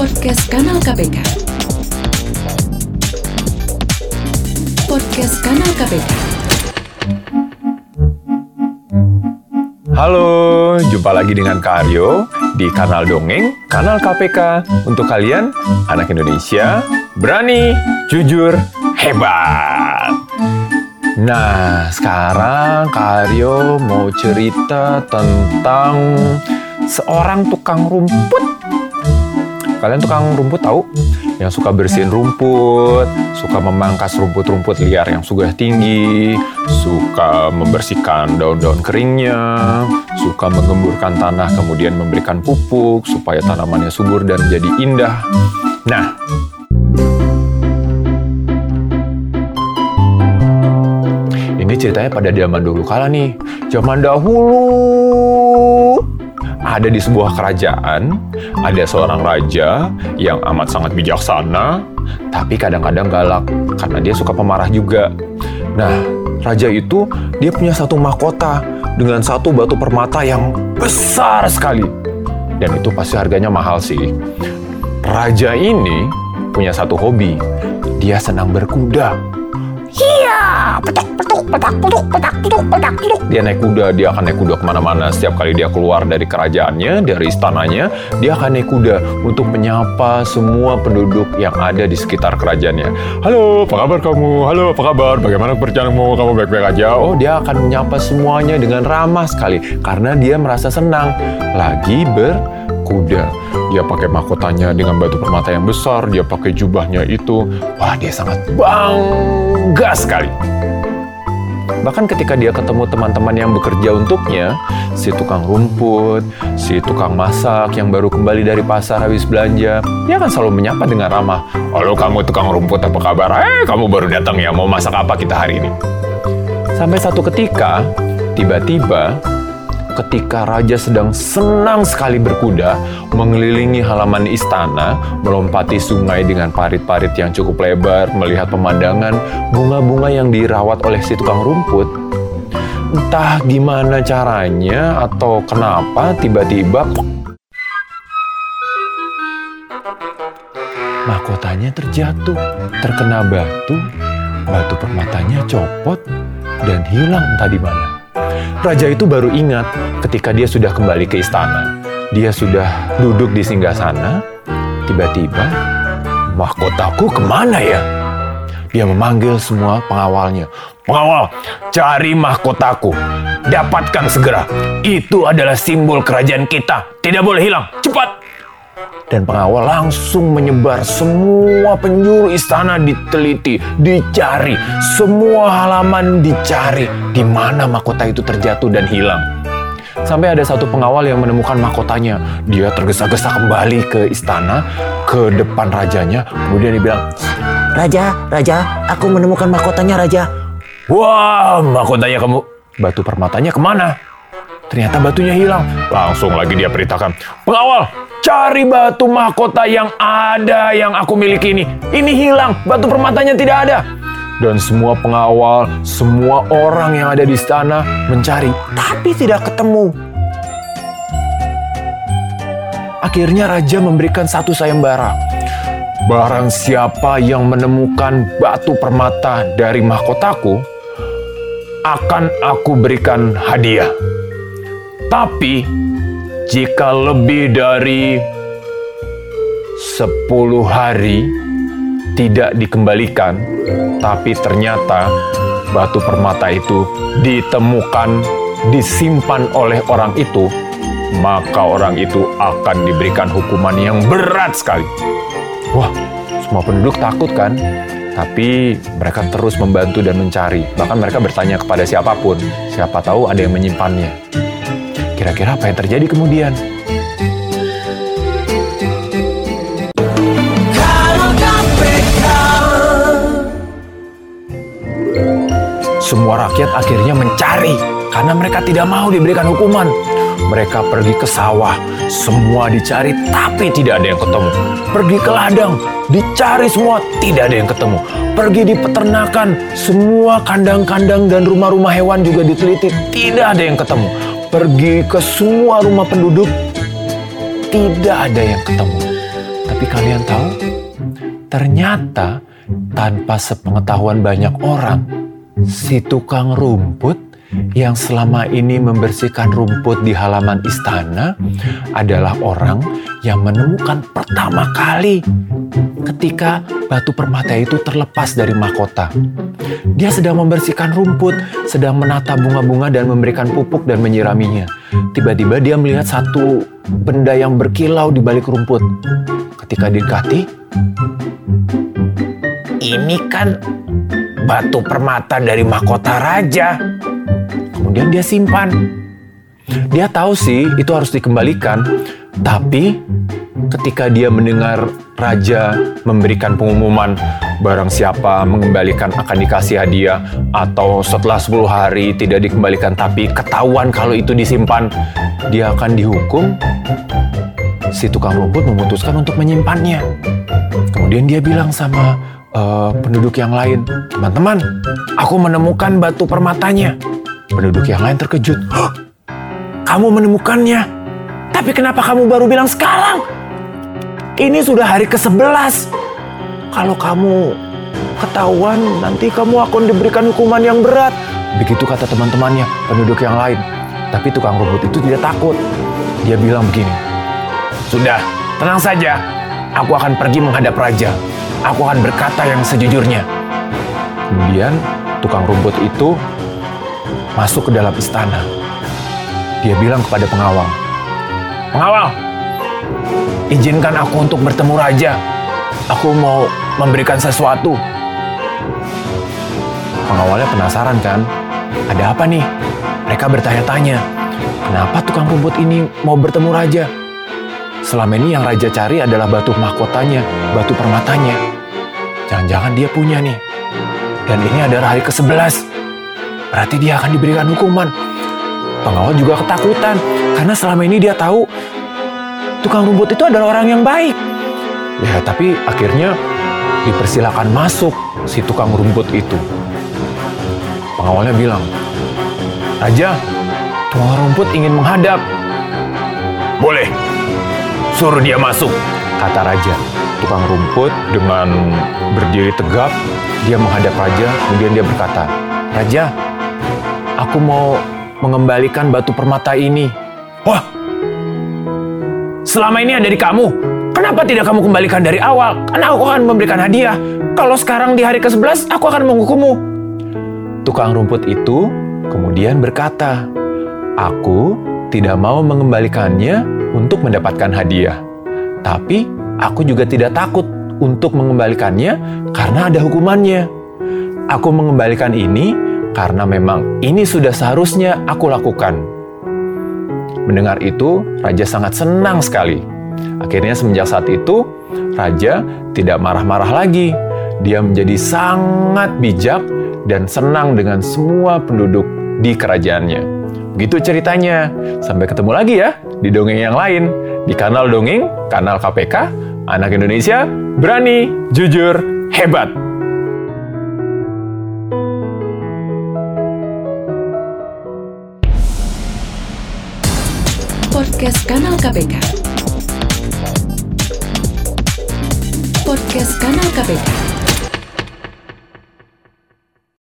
Podcast Kanal KPK. Podcast Kanal KPK. Halo, jumpa lagi dengan Kak Aryo di Kanal Dongeng, Kanal KPK. Untuk kalian, anak Indonesia, berani, jujur, hebat. Nah, sekarang Kak Aryo mau cerita tentang seorang tukang rumput. Kalian tukang rumput tahu? Yang suka bersihin rumput, suka memangkas rumput-rumput liar yang sudah tinggi, suka membersihkan daun-daun keringnya, suka menggemburkan tanah kemudian memberikan pupuk supaya tanamannya subur dan jadi indah. Nah, ini ceritanya pada zaman dulu kala nih. Zaman dahulu ada di sebuah kerajaan, ada seorang raja yang amat sangat bijaksana, tapi kadang-kadang galak, karena dia suka pemarah juga. Nah, raja itu, dia punya satu mahkota dengan satu batu permata yang besar sekali. Dan itu pasti harganya mahal sih. Raja ini punya satu hobi, dia senang berkuda. Iya, petak. Dia naik kuda, dia akan naik kuda kemana-mana. Setiap kali dia keluar dari kerajaannya, dari istananya, dia akan naik kuda untuk menyapa semua penduduk yang ada di sekitar kerajaannya. Halo, apa kabar kamu? Halo, apa kabar? Bagaimana pekerjaanmu? Kamu baik-baik aja? Oh, dia akan menyapa semuanya dengan ramah sekali, karena dia merasa senang lagi berkuda. Dia pakai mahkotanya dengan batu permata yang besar, dia pakai jubahnya itu. Wah, dia sangat bangga sekali. Bahkan ketika dia ketemu teman-teman yang bekerja untuknya, si tukang rumput, si tukang masak yang baru kembali dari pasar habis belanja, dia akan selalu menyapa dengan ramah. Halo kamu tukang rumput, apa kabar? Kamu baru datang ya, mau masak apa kita hari ini? Sampai satu ketika, tiba-tiba, ketika raja sedang senang sekali berkuda, mengelilingi halaman istana, melompati sungai dengan parit-parit yang cukup lebar, melihat pemandangan bunga-bunga yang dirawat oleh si tukang rumput. Entah gimana caranya atau kenapa tiba-tiba mahkotanya terjatuh, terkena batu permatanya copot dan hilang entah di mana. Raja itu baru ingat ketika dia sudah kembali ke istana. Dia sudah duduk di singgasana. Tiba-tiba, mahkotaku kemana ya? Dia memanggil semua pengawalnya. Pengawal, cari mahkotaku. Dapatkan segera. Itu adalah simbol kerajaan kita. Tidak boleh hilang. Cepat! Dan pengawal langsung menyebar, semua penjuru istana diteliti, dicari, semua halaman dicari, di mana mahkota itu terjatuh dan hilang. Sampai ada satu pengawal yang menemukan mahkotanya. Dia tergesa-gesa kembali ke istana, ke depan rajanya, kemudian dia bilang, Raja, aku menemukan mahkotanya, Raja. Wah, mahkotanya kamu. Batu permatanya kemana? Ternyata batunya hilang. Langsung lagi dia perintahkan, pengawal, cari batu mahkota yang ada yang aku miliki ini. Ini hilang, batu permatanya tidak ada. Dan semua pengawal, semua orang yang ada di istana mencari, tapi tidak ketemu. Akhirnya raja memberikan satu sayembara. Barang siapa yang menemukan batu permata dari mahkotaku, akan aku berikan hadiah. Tapi jika lebih dari 10 hari tidak dikembalikan, tapi ternyata batu permata itu ditemukan, disimpan oleh orang itu, maka orang itu akan diberikan hukuman yang berat sekali. Wah, semua penduduk takut kan? Tapi mereka terus membantu dan mencari. Bahkan mereka bertanya kepada siapapun, siapa tahu ada yang menyimpannya. Kira-kira apa yang terjadi kemudian? Semua rakyat akhirnya mencari karena mereka tidak mau diberikan hukuman. Mereka pergi ke sawah, semua dicari tapi tidak ada yang ketemu. Pergi ke ladang, dicari semua, tidak ada yang ketemu. Pergi di peternakan, semua kandang-kandang dan rumah-rumah hewan juga diteliti, tidak ada yang ketemu. Pergi ke semua rumah penduduk, tidak ada yang ketemu. Tapi kalian tahu, ternyata tanpa sepengetahuan banyak orang, si tukang rumput yang selama ini membersihkan rumput di halaman istana adalah orang yang menemukan pertama kali ketika batu permata itu terlepas dari mahkota. Dia sedang membersihkan rumput, sedang menata bunga-bunga dan memberikan pupuk dan menyiraminya. Tiba-tiba dia melihat satu benda yang berkilau di balik rumput. Ketika didekati, ini kan batu permata dari mahkota raja. Kemudian dia simpan. Dia tahu sih itu harus dikembalikan, tapi ketika dia mendengar raja memberikan pengumuman barang siapa mengembalikan akan dikasih hadiah, atau setelah 10 hari tidak dikembalikan tapi ketahuan kalau itu disimpan, dia akan dihukum, si tukang rumput memutuskan untuk menyimpannya. Kemudian dia bilang sama penduduk yang lain, teman-teman, aku menemukan batu permatanya. Penduduk yang lain terkejut. Kamu menemukannya? Tapi kenapa kamu baru bilang sekarang? Ini sudah hari ke-11. Kalau kamu ketahuan, nanti kamu akan diberikan hukuman yang berat. Begitu kata teman-temannya, penduduk yang lain. Tapi tukang rumput itu tidak takut. Dia bilang begini, sudah, tenang saja. Aku akan pergi menghadap raja. Aku akan berkata yang sejujurnya. Kemudian tukang rumput itu masuk ke dalam istana. Dia bilang kepada pengawal, "Pengawal, izinkan aku untuk bertemu raja. Aku mau memberikan sesuatu." Pengawalnya penasaran kan? Ada apa nih? Mereka bertanya-tanya, kenapa tukang rumput ini mau bertemu raja? Selama ini yang raja cari adalah batu mahkotanya, batu permatanya. Jangan-jangan dia punya nih. Dan ini adalah hari ke-11. Berarti dia akan diberikan hukuman. Pengawal juga ketakutan, karena selama ini dia tahu tukang rumput itu adalah orang yang baik. Ya, tapi akhirnya dipersilakan masuk si tukang rumput itu. Pengawalnya bilang, "Raja, tukang rumput ingin menghadap." "Boleh, suruh dia masuk," kata raja. Tukang rumput dengan berdiri tegap, dia menghadap raja, kemudian dia berkata, "Raja, aku mau mengembalikan batu permata ini." "Wah, selama ini ada di kamu. Kenapa tidak kamu kembalikan dari awal? Karena aku akan memberikan hadiah. Kalau sekarang di hari ke-11, aku akan menghukummu." Tukang rumput itu kemudian berkata, "Aku tidak mau mengembalikannya untuk mendapatkan hadiah. Tapi aku juga tidak takut untuk mengembalikannya karena ada hukumannya. Aku mengembalikan ini karena memang ini sudah seharusnya aku lakukan." Mendengar itu, raja sangat senang sekali. Akhirnya semenjak saat itu, raja tidak marah-marah lagi. Dia menjadi sangat bijak dan senang dengan semua penduduk di kerajaannya. Begitu ceritanya. Sampai ketemu lagi ya di dongeng yang lain. Di kanal Dongeng, kanal KPK, Anak Indonesia berani, jujur, hebat. Podcast Kanal KPK. Podcast Kanal KPK.